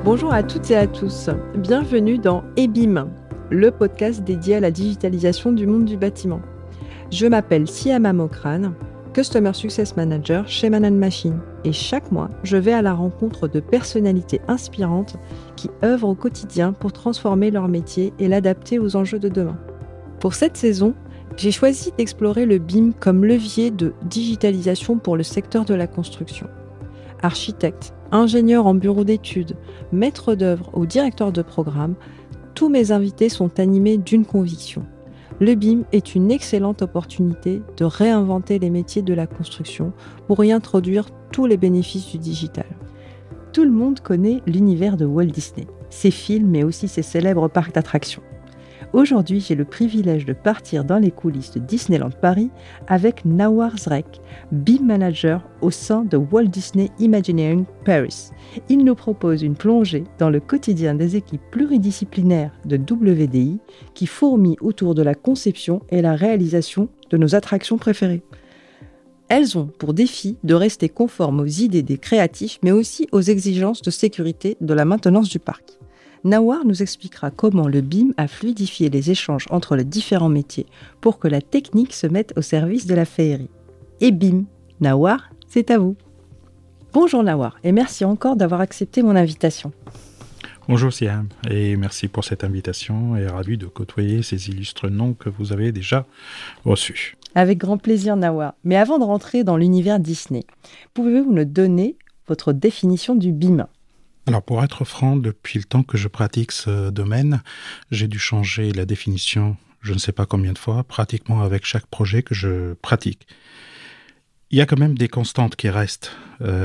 Bonjour à toutes et à tous, bienvenue dans EBIM, le podcast dédié à la digitalisation du monde du bâtiment. Je m'appelle Siama Mokrane, Customer Success Manager chez Man & Machine, et chaque mois, je vais à la rencontre de personnalités inspirantes qui œuvrent au quotidien pour transformer leur métier et l'adapter aux enjeux de demain. Pour cette saison, j'ai choisi d'explorer le BIM comme levier de digitalisation pour le secteur de la construction. Architectes, ingénieurs en bureau d'études, maîtres d'œuvre ou directeurs de programme, tous mes invités sont animés d'une conviction. Le BIM est une excellente opportunité de réinventer les métiers de la construction pour y introduire tous les bénéfices du digital. Tout le monde connaît l'univers de Walt Disney, ses films mais aussi ses célèbres parcs d'attractions. Aujourd'hui, j'ai le privilège de partir dans les coulisses de Disneyland Paris avec Nawar Zrek, BIM Manager au sein de Walt Disney Imagineering Paris. Il nous propose une plongée dans le quotidien des équipes pluridisciplinaires de WDI qui fourmillent autour de la conception et la réalisation de nos attractions préférées. Elles ont pour défi de rester conformes aux idées des créatifs, mais aussi aux exigences de sécurité de la maintenance du parc. Nawar nous expliquera comment le BIM a fluidifié les échanges entre les différents métiers pour que la technique se mette au service de la féerie. Et BIM, Nawar, c'est à vous. Bonjour Nawar, et merci encore d'avoir accepté mon invitation. Bonjour Siam, et merci pour cette invitation, et ravi de côtoyer ces illustres noms que vous avez déjà reçus. Avec grand plaisir Nawar, mais avant de rentrer dans l'univers Disney, pouvez-vous nous donner votre définition du BIM ? Alors pour être franc, depuis le temps que je pratique ce domaine, j'ai dû changer la définition, je ne sais pas combien de fois, pratiquement avec chaque projet que je pratique. Il y a quand même des constantes qui restent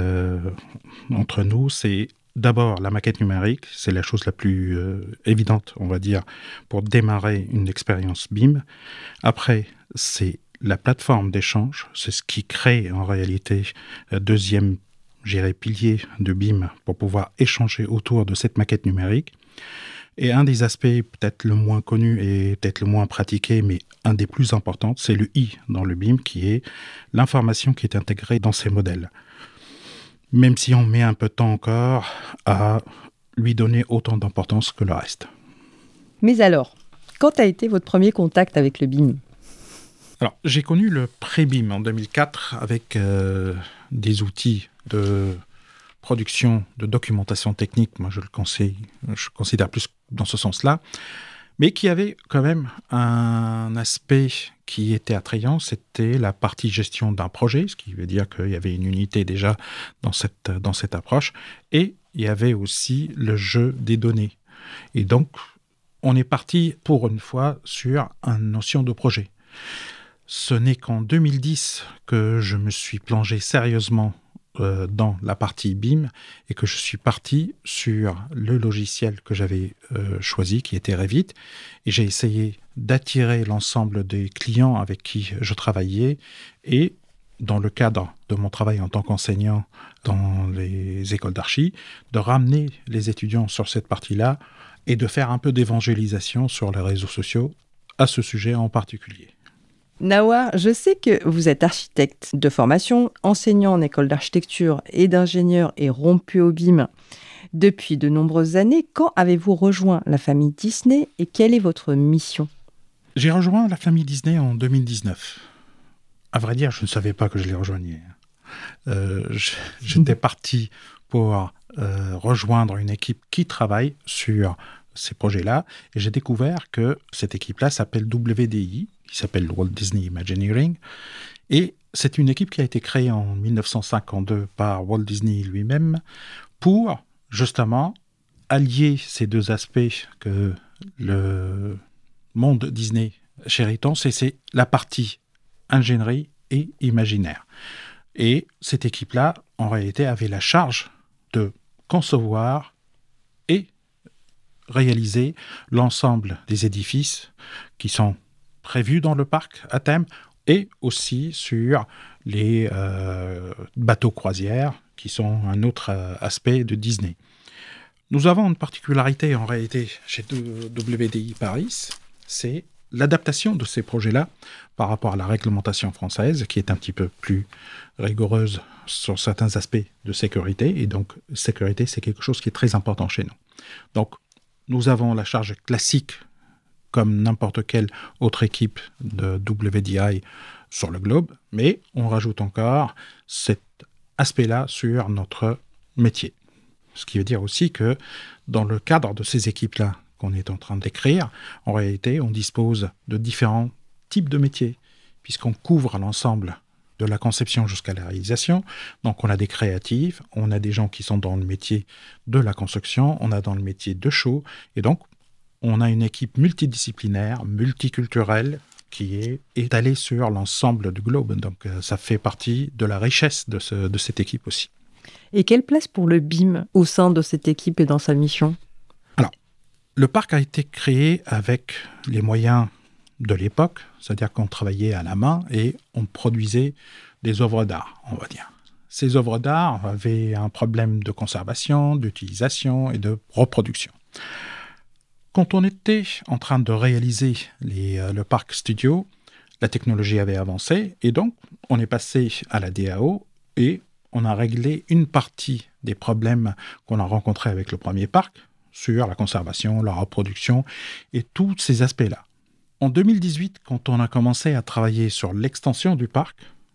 entre nous, c'est d'abord la maquette numérique, c'est la chose la plus évidente, on va dire, pour démarrer une expérience BIM. Après, c'est la plateforme d'échange, c'est ce qui crée en réalité deuxième pilier de BIM pour pouvoir échanger autour de cette maquette numérique. Et un des aspects peut-être le moins connu et peut-être le moins pratiqué, mais un des plus importants, c'est le I dans le BIM, qui est l'information qui est intégrée dans ces modèles. Même si on met un peu de temps encore à lui donner autant d'importance que le reste. Mais alors, quand a été votre premier contact avec le BIM ? Alors, j'ai connu le pré-BIM en 2004 avec des outils de production, de documentation technique, moi je considère plus dans ce sens-là, mais qui avait quand même un aspect qui était attrayant, c'était la partie gestion d'un projet, ce qui veut dire qu'il y avait une unité déjà dans cette approche, et il y avait aussi le jeu des données. Et donc, on est parti pour une fois sur une notion de projet. Ce n'est qu'en 2010 que je me suis plongé sérieusement dans la partie BIM et que je suis parti sur le logiciel que j'avais choisi, qui était Revit, et j'ai essayé d'attirer l'ensemble des clients avec qui je travaillais et dans le cadre de mon travail en tant qu'enseignant dans les écoles d'archi, de ramener les étudiants sur cette partie-là et de faire un peu d'évangélisation sur les réseaux sociaux à ce sujet en particulier. Nawar, je sais que vous êtes architecte de formation, enseignant en école d'architecture et d'ingénieur et rompu au BIM depuis de nombreuses années. Quand avez-vous rejoint la famille Disney et quelle est votre mission ? J'ai rejoint la famille Disney en 2019. À vrai dire, je ne savais pas que je les rejoignais. J'étais parti pour rejoindre une équipe qui travaille sur ces projets-là et j'ai découvert que cette équipe-là s'appelle WDI, qui s'appelle Walt Disney Imagineering. Et c'est une équipe qui a été créée en 1952 par Walt Disney lui-même pour, justement, allier ces deux aspects que le monde Disney chérit tant, c'est la partie ingénierie et imaginaire. Et cette équipe-là, en réalité, avait la charge de concevoir et réaliser l'ensemble des édifices qui sont prévus dans le parc à thème et aussi sur les bateaux croisières qui sont un autre aspect de Disney. Nous avons une particularité en réalité chez WDI Paris, c'est l'adaptation de ces projets-là par rapport à la réglementation française, qui est un petit peu plus rigoureuse sur certains aspects de sécurité. Et donc, sécurité, c'est quelque chose qui est très important chez nous. Donc, nous avons la charge classique, comme n'importe quelle autre équipe de WDI sur le globe, mais on rajoute encore cet aspect-là sur notre métier. Ce qui veut dire aussi que dans le cadre de ces équipes-là qu'on est en train d'écrire, en réalité, on dispose de différents types de métiers, puisqu'on couvre l'ensemble de la conception jusqu'à la réalisation. Donc, on a des créatifs, on a des gens qui sont dans le métier de la construction, on a dans le métier de show, et donc, on a une équipe multidisciplinaire, multiculturelle, qui est étalée sur l'ensemble du globe. Donc, ça fait partie de la richesse de cette équipe aussi. Et quelle place pour le BIM au sein de cette équipe et dans sa mission ? Alors, le parc a été créé avec les moyens de l'époque, c'est-à-dire qu'on travaillait à la main et on produisait des œuvres d'art, on va dire. Ces œuvres d'art avaient un problème de conservation, d'utilisation et de reproduction. Quand on était en train de réaliser le parc studio, la technologie avait avancé et donc on est passé à la DAO et on a réglé une partie des problèmes qu'on a rencontrés avec le premier parc sur la conservation, la reproduction et tous ces aspects-là. En 2018, quand on a commencé à travailler sur l'extension du parc,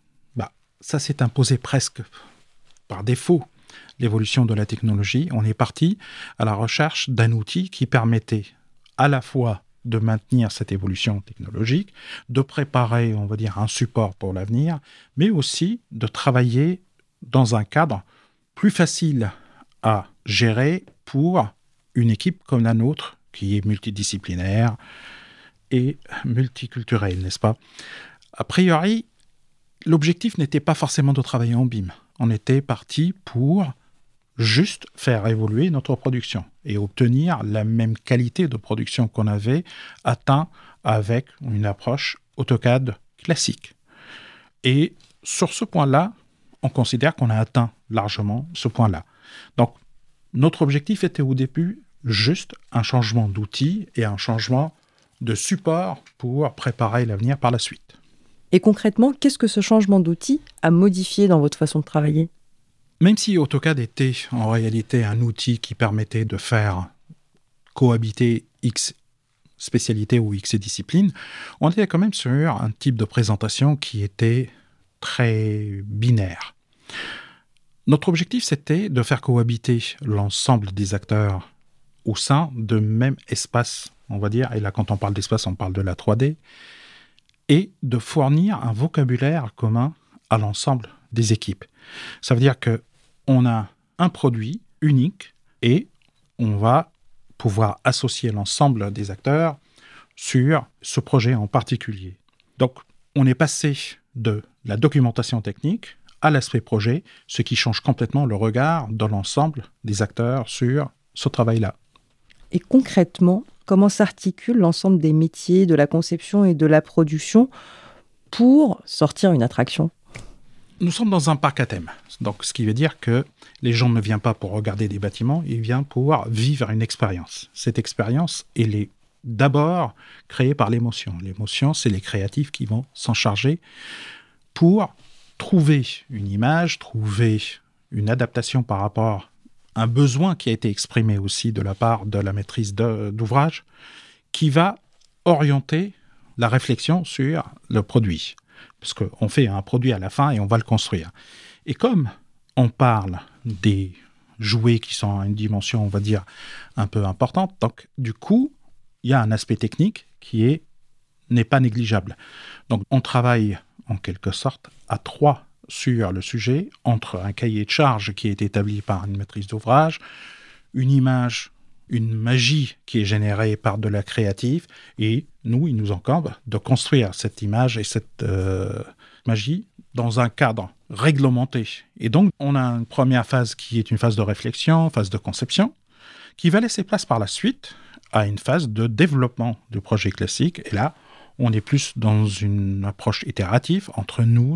ça s'est imposé presque par défaut. L'évolution de la technologie, on est parti à la recherche d'un outil qui permettait à la fois de maintenir cette évolution technologique, de préparer, on va dire, un support pour l'avenir, mais aussi de travailler dans un cadre plus facile à gérer pour une équipe comme la nôtre, qui est multidisciplinaire et multiculturelle, n'est-ce pas ? A priori, l'objectif n'était pas forcément de travailler en BIM. On était parti pour juste faire évoluer notre production et obtenir la même qualité de production qu'on avait atteint avec une approche AutoCAD classique. Et sur ce point-là, on considère qu'on a atteint largement ce point-là. Donc, notre objectif était au début juste un changement d'outil et un changement de support pour préparer l'avenir par la suite. Et concrètement, qu'est-ce que ce changement d'outil a modifié dans votre façon de travailler ? Même si AutoCAD était en réalité un outil qui permettait de faire cohabiter X spécialités ou X disciplines, on était quand même sur un type de présentation qui était très binaire. Notre objectif, c'était de faire cohabiter l'ensemble des acteurs au sein de même espace, on va dire, et là quand on parle d'espace, on parle de la 3D, et de fournir un vocabulaire commun à l'ensemble des équipes. Ça veut dire qu'on a un produit unique et on va pouvoir associer l'ensemble des acteurs sur ce projet en particulier. Donc, on est passé de la documentation technique à l'aspect projet, ce qui change complètement le regard de l'ensemble des acteurs sur ce travail-là. Et concrètement, comment s'articule l'ensemble des métiers de la conception et de la production pour sortir une attraction ? Nous sommes dans un parc à thème, donc ce qui veut dire que les gens ne viennent pas pour regarder des bâtiments, ils viennent pour vivre une expérience. Cette expérience, elle est d'abord créée par l'émotion. L'émotion, c'est les créatifs qui vont s'en charger pour trouver une image, trouver une adaptation par rapport à un besoin qui a été exprimé aussi de la part de la maîtrise d'ouvrage, qui va orienter la réflexion sur le produit. Parce qu'on fait un produit à la fin et on va le construire. Et comme on parle des jouets qui sont à une dimension, on va dire, un peu importante, donc du coup, il y a un aspect technique qui n'est pas négligeable. Donc on travaille en quelque sorte à 3 sur le sujet, entre un cahier de charges qui est établi par une maîtrise d'ouvrage, une image, une magie qui est générée par de la créative, et nous, il nous incombe de construire cette image et cette magie dans un cadre réglementé. Et donc, on a une première phase qui est une phase de réflexion, phase de conception, qui va laisser place par la suite à une phase de développement du projet classique. Et là, on est plus dans une approche itérative entre nous,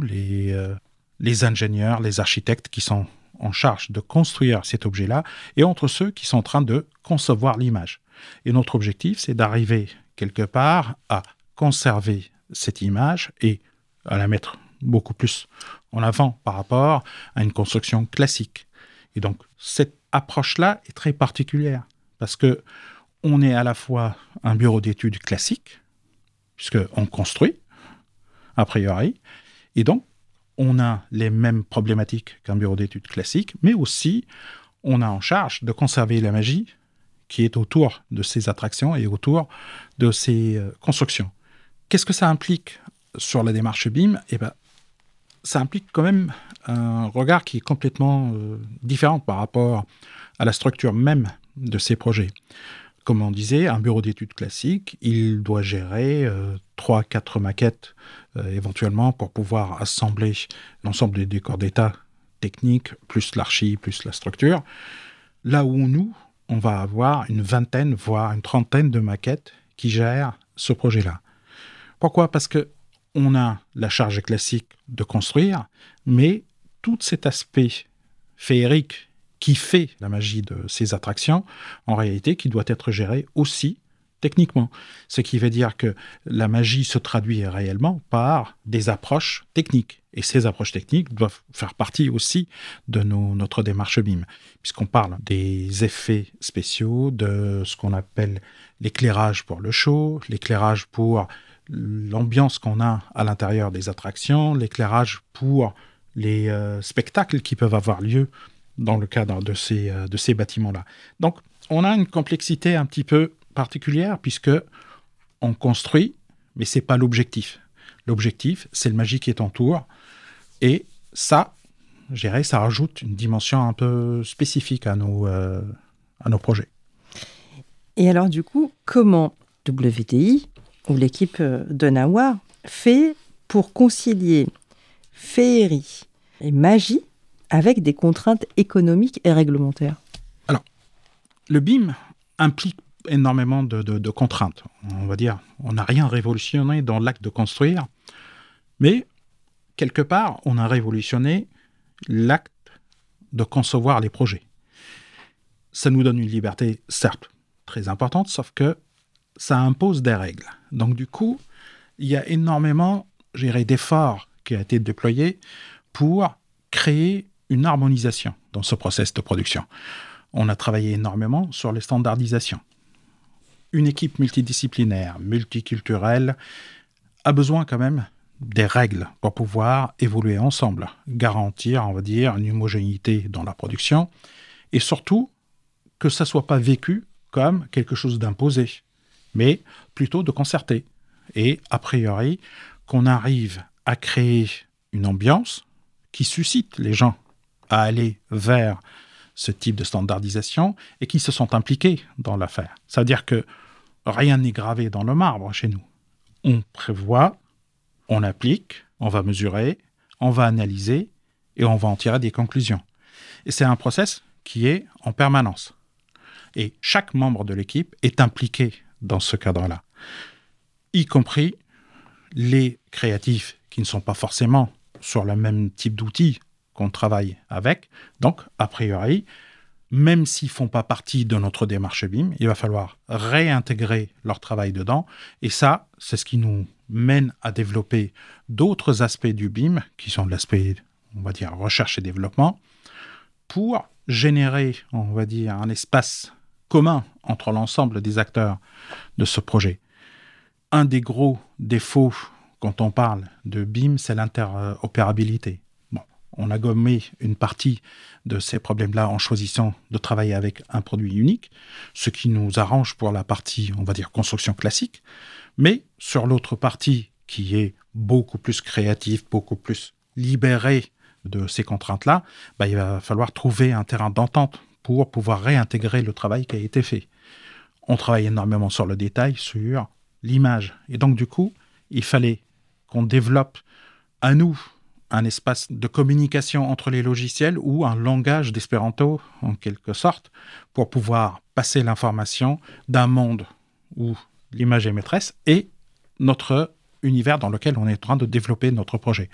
les ingénieurs, les architectes qui sont en charge de construire cet objet-là, et entre ceux qui sont en train de concevoir l'image. Et notre objectif, c'est d'arriver quelque part à conserver cette image et à la mettre beaucoup plus en avant par rapport à une construction classique. Et donc, cette approche-là est très particulière parce que on est à la fois un bureau d'études classique, puisqu'on construit, a priori, et donc on a les mêmes problématiques qu'un bureau d'études classique, mais aussi on a en charge de conserver la magie qui est autour de ces attractions et autour de ces constructions. Qu'est-ce que ça implique sur la démarche BIM ? Ça implique quand même un regard qui est complètement différent par rapport à la structure même de ces projets. Comme on disait, un bureau d'études classique, il doit gérer 3-4 maquettes éventuellement pour pouvoir assembler l'ensemble des décors d'état techniques, plus l'archi, plus la structure. Là où nous, on va avoir une vingtaine, voire une trentaine de maquettes qui gèrent ce projet-là. Pourquoi ? Parce qu'on a la charge classique de construire, mais tout cet aspect féerique qui fait la magie de ces attractions, en réalité, qui doit être géré aussi techniquement. Ce qui veut dire que la magie se traduit réellement par des approches techniques. Et ces approches techniques doivent faire partie aussi de notre démarche BIM, puisqu'on parle des effets spéciaux, de ce qu'on appelle l'éclairage pour le show, l'éclairage pour l'ambiance qu'on a à l'intérieur des attractions, l'éclairage pour les spectacles qui peuvent avoir lieu dans le cadre de ces bâtiments-là. Donc, on a une complexité un petit peu particulière puisque on construit, mais c'est pas l'objectif. L'objectif, c'est le magie qui est entoure. Et ça, je dirais, ça rajoute une dimension un peu spécifique à nos projets. Et alors, du coup, comment WTI ou l'équipe de Nawar fait pour concilier féerie et magie avec des contraintes économiques et réglementaires ? Alors, le BIM implique énormément de contraintes. On va dire, on n'a rien révolutionné dans l'acte de construire, mais quelque part, on a révolutionné l'acte de concevoir les projets. Ça nous donne une liberté, certes, très importante, sauf que ça impose des règles. Donc du coup, il y a énormément, je dirais, d'efforts qui ont été déployés pour créer une harmonisation dans ce process de production. On a travaillé énormément sur les standardisations. Une équipe multidisciplinaire, multiculturelle, a besoin quand même des règles pour pouvoir évoluer ensemble, garantir, on va dire, une homogénéité dans la production, et surtout que ça ne soit pas vécu comme quelque chose d'imposé, mais plutôt de concerté. Et a priori, qu'on arrive à créer une ambiance qui suscite les gens à aller vers ce type de standardisation et qui se sont impliqués dans l'affaire. Ça veut dire que rien n'est gravé dans le marbre chez nous. On prévoit, on applique, on va mesurer, on va analyser et on va en tirer des conclusions. Et c'est un process qui est en permanence. Et chaque membre de l'équipe est impliqué dans ce cadre-là, y compris les créatifs qui ne sont pas forcément sur le même type d'outils qu'on travaille avec. Donc, a priori, même s'ils ne font pas partie de notre démarche BIM, il va falloir réintégrer leur travail dedans. Et ça, c'est ce qui nous mène à développer d'autres aspects du BIM, qui sont l'aspect, on va dire, recherche et développement, pour générer, on va dire, un espace commun entre l'ensemble des acteurs de ce projet. Un des gros défauts quand on parle de BIM, c'est l'interopérabilité. Bon, on a gommé une partie de ces problèmes-là en choisissant de travailler avec un produit unique, ce qui nous arrange pour la partie, on va dire, construction classique. Mais sur l'autre partie, qui est beaucoup plus créative, beaucoup plus libérée de ces contraintes-là, il va falloir trouver un terrain d'entente pour pouvoir réintégrer le travail qui a été fait. On travaille énormément sur le détail, sur l'image. Et donc, du coup, il fallait qu'on développe à nous un espace de communication entre les logiciels ou un langage d'espéranto, en quelque sorte, pour pouvoir passer l'information d'un monde où l'image est maîtresse et notre univers dans lequel on est en train de développer notre projet.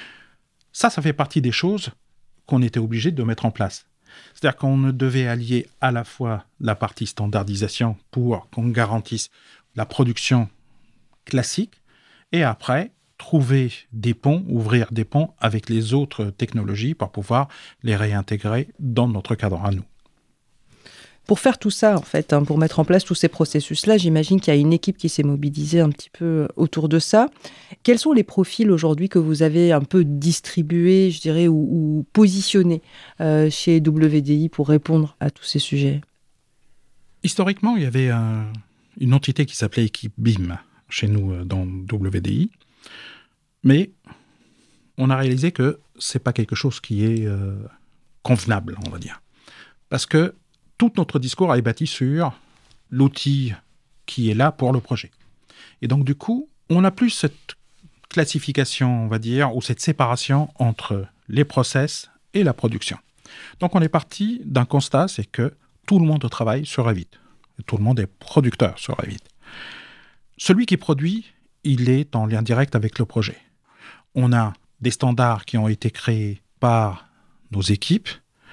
Ça fait partie des choses qu'on était obligé de mettre en place. C'est-à-dire qu'on devait allier à la fois la partie standardisation pour qu'on garantisse la production classique, et après, trouver des ponts, ouvrir des ponts avec les autres technologies pour pouvoir les réintégrer dans notre cadre à nous. Pour faire tout ça, en fait, pour mettre en place tous ces processus-là, j'imagine qu'il y a une équipe qui s'est mobilisée un petit peu autour de ça. Quels sont les profils aujourd'hui que vous avez un peu distribués, je dirais, ou positionnés chez WDI pour répondre à tous ces sujets ? Historiquement, il y avait une entité qui s'appelait équipe BIM chez nous dans WDI, mais on a réalisé que ce n'est pas quelque chose qui est convenable, on va dire. Parce que tout notre discours est bâti sur l'outil qui est là pour le projet. Et donc, du coup, on n'a plus cette classification, on va dire, ou cette séparation entre les process et la production. Donc, on est parti d'un constat, c'est que tout le monde travaille sur Revit. Et tout le monde est producteur sur Revit. Celui qui produit, il est en lien direct avec le projet. On a des standards qui ont été créés par nos équipes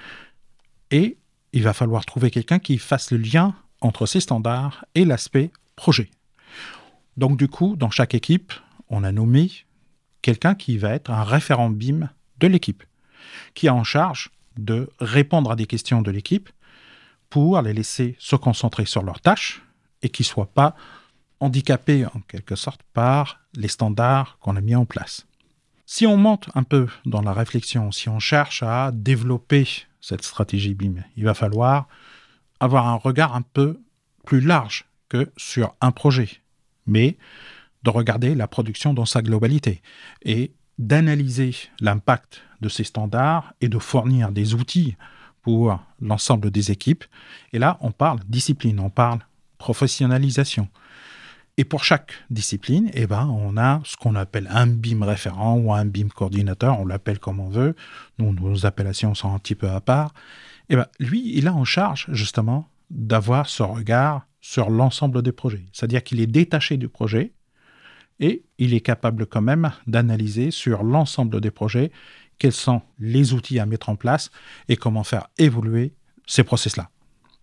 et il va falloir trouver quelqu'un qui fasse le lien entre ces standards et l'aspect projet. Donc du coup, dans chaque équipe, on a nommé quelqu'un qui va être un référent BIM de l'équipe, qui est en charge de répondre à des questions de l'équipe pour les laisser se concentrer sur leurs tâches et qu'ils ne soient pas handicapés en quelque sorte par les standards qu'on a mis en place. Si on monte un peu dans la réflexion, si on cherche à développer cette stratégie BIM, il va falloir avoir un regard un peu plus large que sur un projet, mais de regarder la production dans sa globalité et d'analyser l'impact de ces standards et de fournir des outils pour l'ensemble des équipes. Et là, on parle discipline, on parle professionnalisation. Et pour chaque discipline, on a ce qu'on appelle un BIM référent ou un BIM coordinateur, on l'appelle comme on veut. Nous, nos appellations sont un petit peu à part. Lui, il a en charge justement d'avoir ce regard sur l'ensemble des projets. C'est-à-dire qu'il est détaché du projet et il est capable quand même d'analyser sur l'ensemble des projets quels sont les outils à mettre en place et comment faire évoluer ces process-là.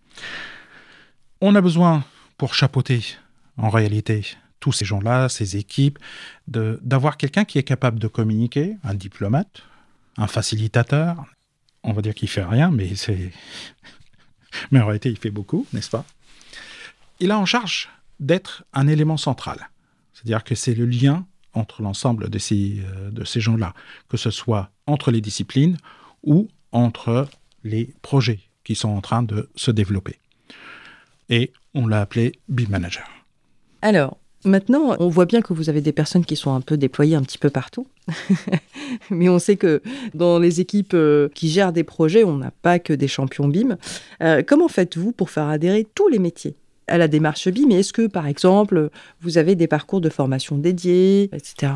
On a besoin, pour chapeauter en réalité tous ces gens-là, ces équipes, d'avoir quelqu'un qui est capable de communiquer, un diplomate, un facilitateur. On va dire qu'il ne fait rien, mais en réalité, il fait beaucoup, n'est-ce pas ? Il a en charge d'être un élément central. C'est-à-dire que c'est le lien entre l'ensemble de ces gens-là, que ce soit entre les disciplines ou entre les projets qui sont en train de se développer. Et on l'a appelé BIM Manager. Alors, maintenant, on voit bien que vous avez des personnes qui sont un peu déployées un petit peu partout. Mais on sait que dans les équipes qui gèrent des projets, on n'a pas que des champions BIM. Comment faites-vous pour faire adhérer tous les métiers à la démarche BIM? Et est-ce que, par exemple, vous avez des parcours de formation dédiés, etc.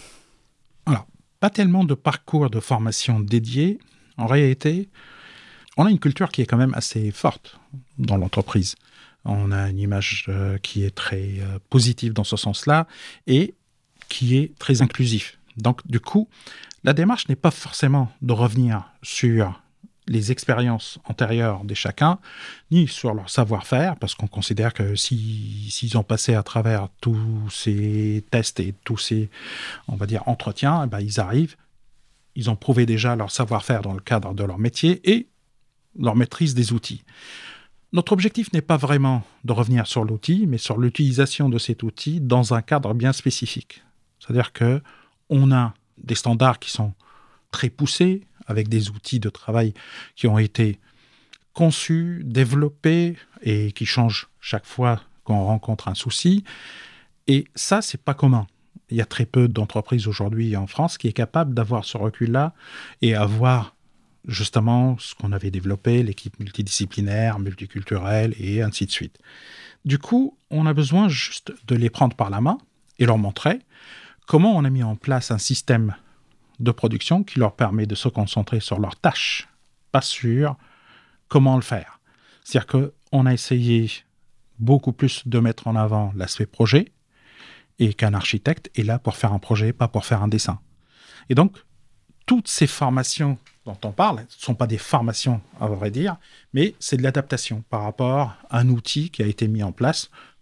Alors, pas tellement de parcours de formation dédiés. En réalité, on a une culture qui est quand même assez forte dans l'entreprise. On a une image qui est très positive dans ce sens-là et qui est très inclusif. Donc, du coup, la démarche n'est pas forcément de revenir sur les expériences antérieures de chacun, ni sur leur savoir-faire, parce qu'on considère que s'ils ont passé à travers tous ces tests et tous ces, on va dire, entretiens, ils arrivent, ils ont prouvé déjà leur savoir-faire dans le cadre de leur métier et leur maîtrise des outils. Notre objectif n'est pas vraiment de revenir sur l'outil, mais sur l'utilisation de cet outil dans un cadre bien spécifique. C'est-à-dire qu'on a des standards qui sont très poussés, avec des outils de travail qui ont été conçus, développés et qui changent chaque fois qu'on rencontre un souci. Et ça, c'est pas commun. Il y a très peu d'entreprises aujourd'hui en France qui est capable d'avoir ce recul-là et avoir justement ce qu'on avait développé, l'équipe multidisciplinaire, multiculturelle et ainsi de suite. Du coup, on a besoin juste de les prendre par la main et leur montrer comment on a mis en place un système de production qui leur permet de se concentrer sur leurs tâches, pas sur comment le faire. C'est-à-dire qu'on a essayé beaucoup plus de mettre en avant l'aspect projet et qu'un architecte est là pour faire un projet, pas pour faire un dessin. Et donc, toutes ces formations dont on parle ne sont pas des formations, à vrai dire, mais c'est de l'adaptation par rapport à un outil qui a été mis en place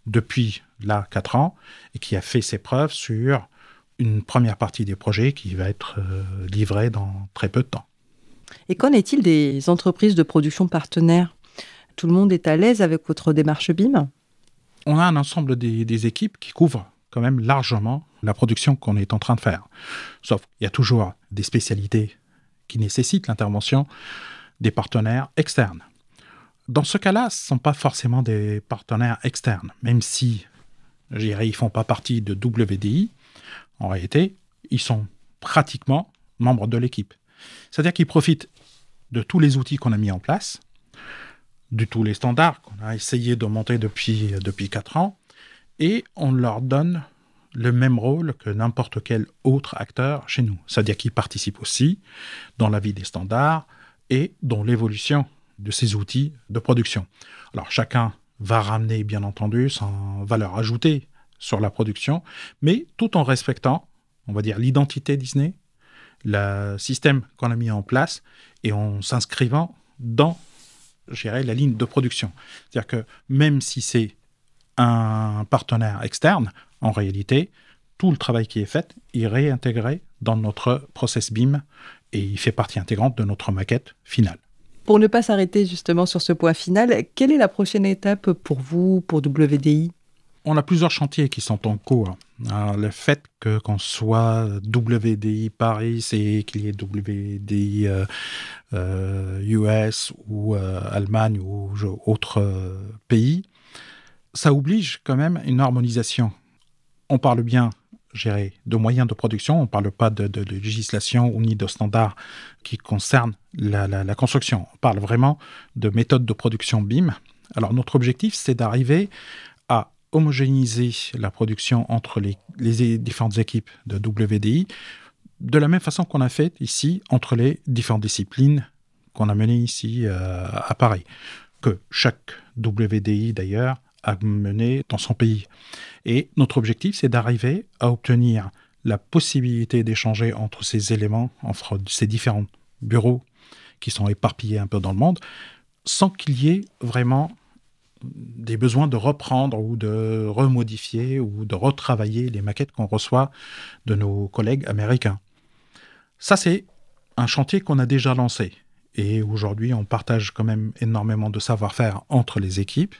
depuis là 4 ans et qui a fait ses preuves sur une première partie des projets qui va être livrée dans très peu de temps. Et qu'en est-il des entreprises de production partenaires ? Tout le monde est à l'aise avec votre démarche BIM ? On a un ensemble des équipes qui couvrent quand même largement la production qu'on est en train de faire. Sauf qu'il y a toujours des spécialités qui nécessitent l'intervention des partenaires externes. Dans ce cas-là, ce ne sont pas forcément des partenaires externes, même si, je dirais, ils ne font pas partie de WDI. En réalité, ils sont pratiquement membres de l'équipe. C'est-à-dire qu'ils profitent de tous les outils qu'on a mis en place, de tous les standards qu'on a essayé de monter depuis 4 ans, et on leur donne le même rôle que n'importe quel autre acteur chez nous. C'est-à-dire qu'ils participent aussi dans la vie des standards et dans l'évolution de ces outils de production. Alors chacun va ramener, bien entendu, sa valeur ajoutée sur la production, mais tout en respectant, on va dire, l'identité Disney, le système qu'on a mis en place et en s'inscrivant dans, je dirais, la ligne de production. C'est-à-dire que même si c'est un partenaire externe, en réalité, tout le travail qui est fait est réintégré dans notre process BIM et il fait partie intégrante de notre maquette finale. Pour ne pas s'arrêter justement sur ce point final, quelle est la prochaine étape pour vous, pour WDI ? On a plusieurs chantiers qui sont en cours. Alors, le fait qu'on soit WDI Paris et qu'il y ait WDI US ou Allemagne ou autres pays, ça oblige quand même une harmonisation. On parle bien, je dirais, de moyens de production, on ne parle pas de législation ou ni de standards qui concernent la construction. On parle vraiment de méthodes de production BIM. Alors notre objectif, c'est d'arriver à homogénéiser la production entre les différentes équipes de WDI de la même façon qu'on a fait ici entre les différentes disciplines qu'on a menées ici à Paris, que chaque WDI d'ailleurs a mené dans son pays. Et notre objectif, c'est d'arriver à obtenir la possibilité d'échanger entre ces éléments, entre ces différents bureaux qui sont éparpillés un peu dans le monde, sans qu'il y ait vraiment des besoins de reprendre ou de remodifier ou de retravailler les maquettes qu'on reçoit de nos collègues américains. Ça, c'est un chantier qu'on a déjà lancé. Et aujourd'hui, on partage quand même énormément de savoir-faire entre les équipes.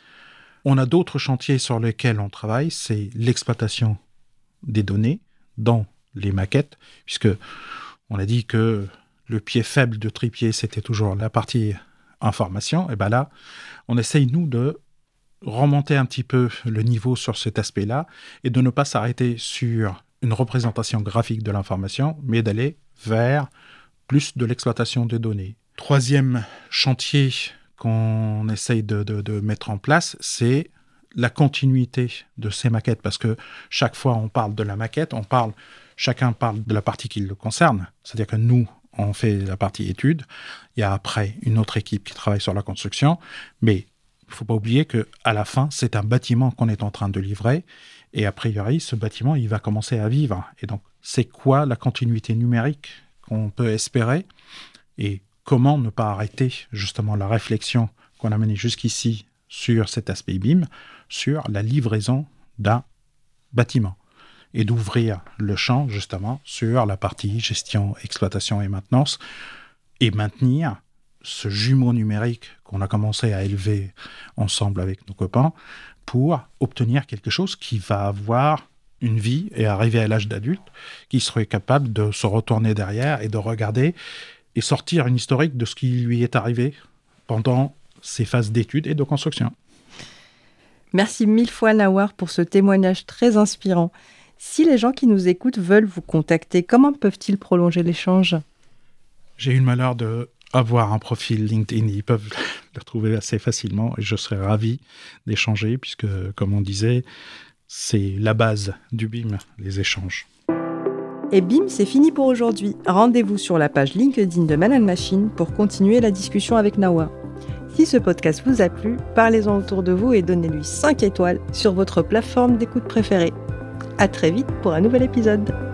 On a d'autres chantiers sur lesquels on travaille, c'est l'exploitation des données dans les maquettes, puisque on a dit que le pied faible de Tripier, c'était toujours la partie information. Et bien là, on essaye, nous, de remonter un petit peu le niveau sur cet aspect-là et de ne pas s'arrêter sur une représentation graphique de l'information, mais d'aller vers plus de l'exploitation des données. Troisième chantier qu'on essaye de mettre en place, c'est la continuité de ces maquettes, parce que chaque fois on parle de la maquette, chacun parle de la partie qui le concerne, c'est-à-dire que nous, on fait la partie étude, il y a après une autre équipe qui travaille sur la construction, mais il ne faut pas oublier qu'à la fin, c'est un bâtiment qu'on est en train de livrer, et a priori, ce bâtiment, il va commencer à vivre. Et donc, c'est quoi la continuité numérique qu'on peut espérer, et comment ne pas arrêter justement la réflexion qu'on a menée jusqu'ici sur cet aspect BIM, sur la livraison d'un bâtiment, et d'ouvrir le champ justement sur la partie gestion, exploitation et maintenance, et maintenir ce jumeau numérique qu'on a commencé à élever ensemble avec nos copains pour obtenir quelque chose qui va avoir une vie et arriver à l'âge d'adulte, qui serait capable de se retourner derrière et de regarder et sortir une historique de ce qui lui est arrivé pendant ces phases d'études et de construction. Merci mille fois Nawar pour ce témoignage très inspirant. Si les gens qui nous écoutent veulent vous contacter, comment peuvent-ils prolonger l'échange ? J'ai eu le malheur d'avoir un profil LinkedIn, ils peuvent le trouver assez facilement et je serais ravi d'échanger puisque, comme on disait, c'est la base du BIM, les échanges. Et bim, c'est fini pour aujourd'hui. Rendez-vous sur la page LinkedIn de Man & Machine pour continuer la discussion avec Nawar. Si ce podcast vous a plu, parlez-en autour de vous et donnez-lui 5 étoiles sur votre plateforme d'écoute préférée. À très vite pour un nouvel épisode.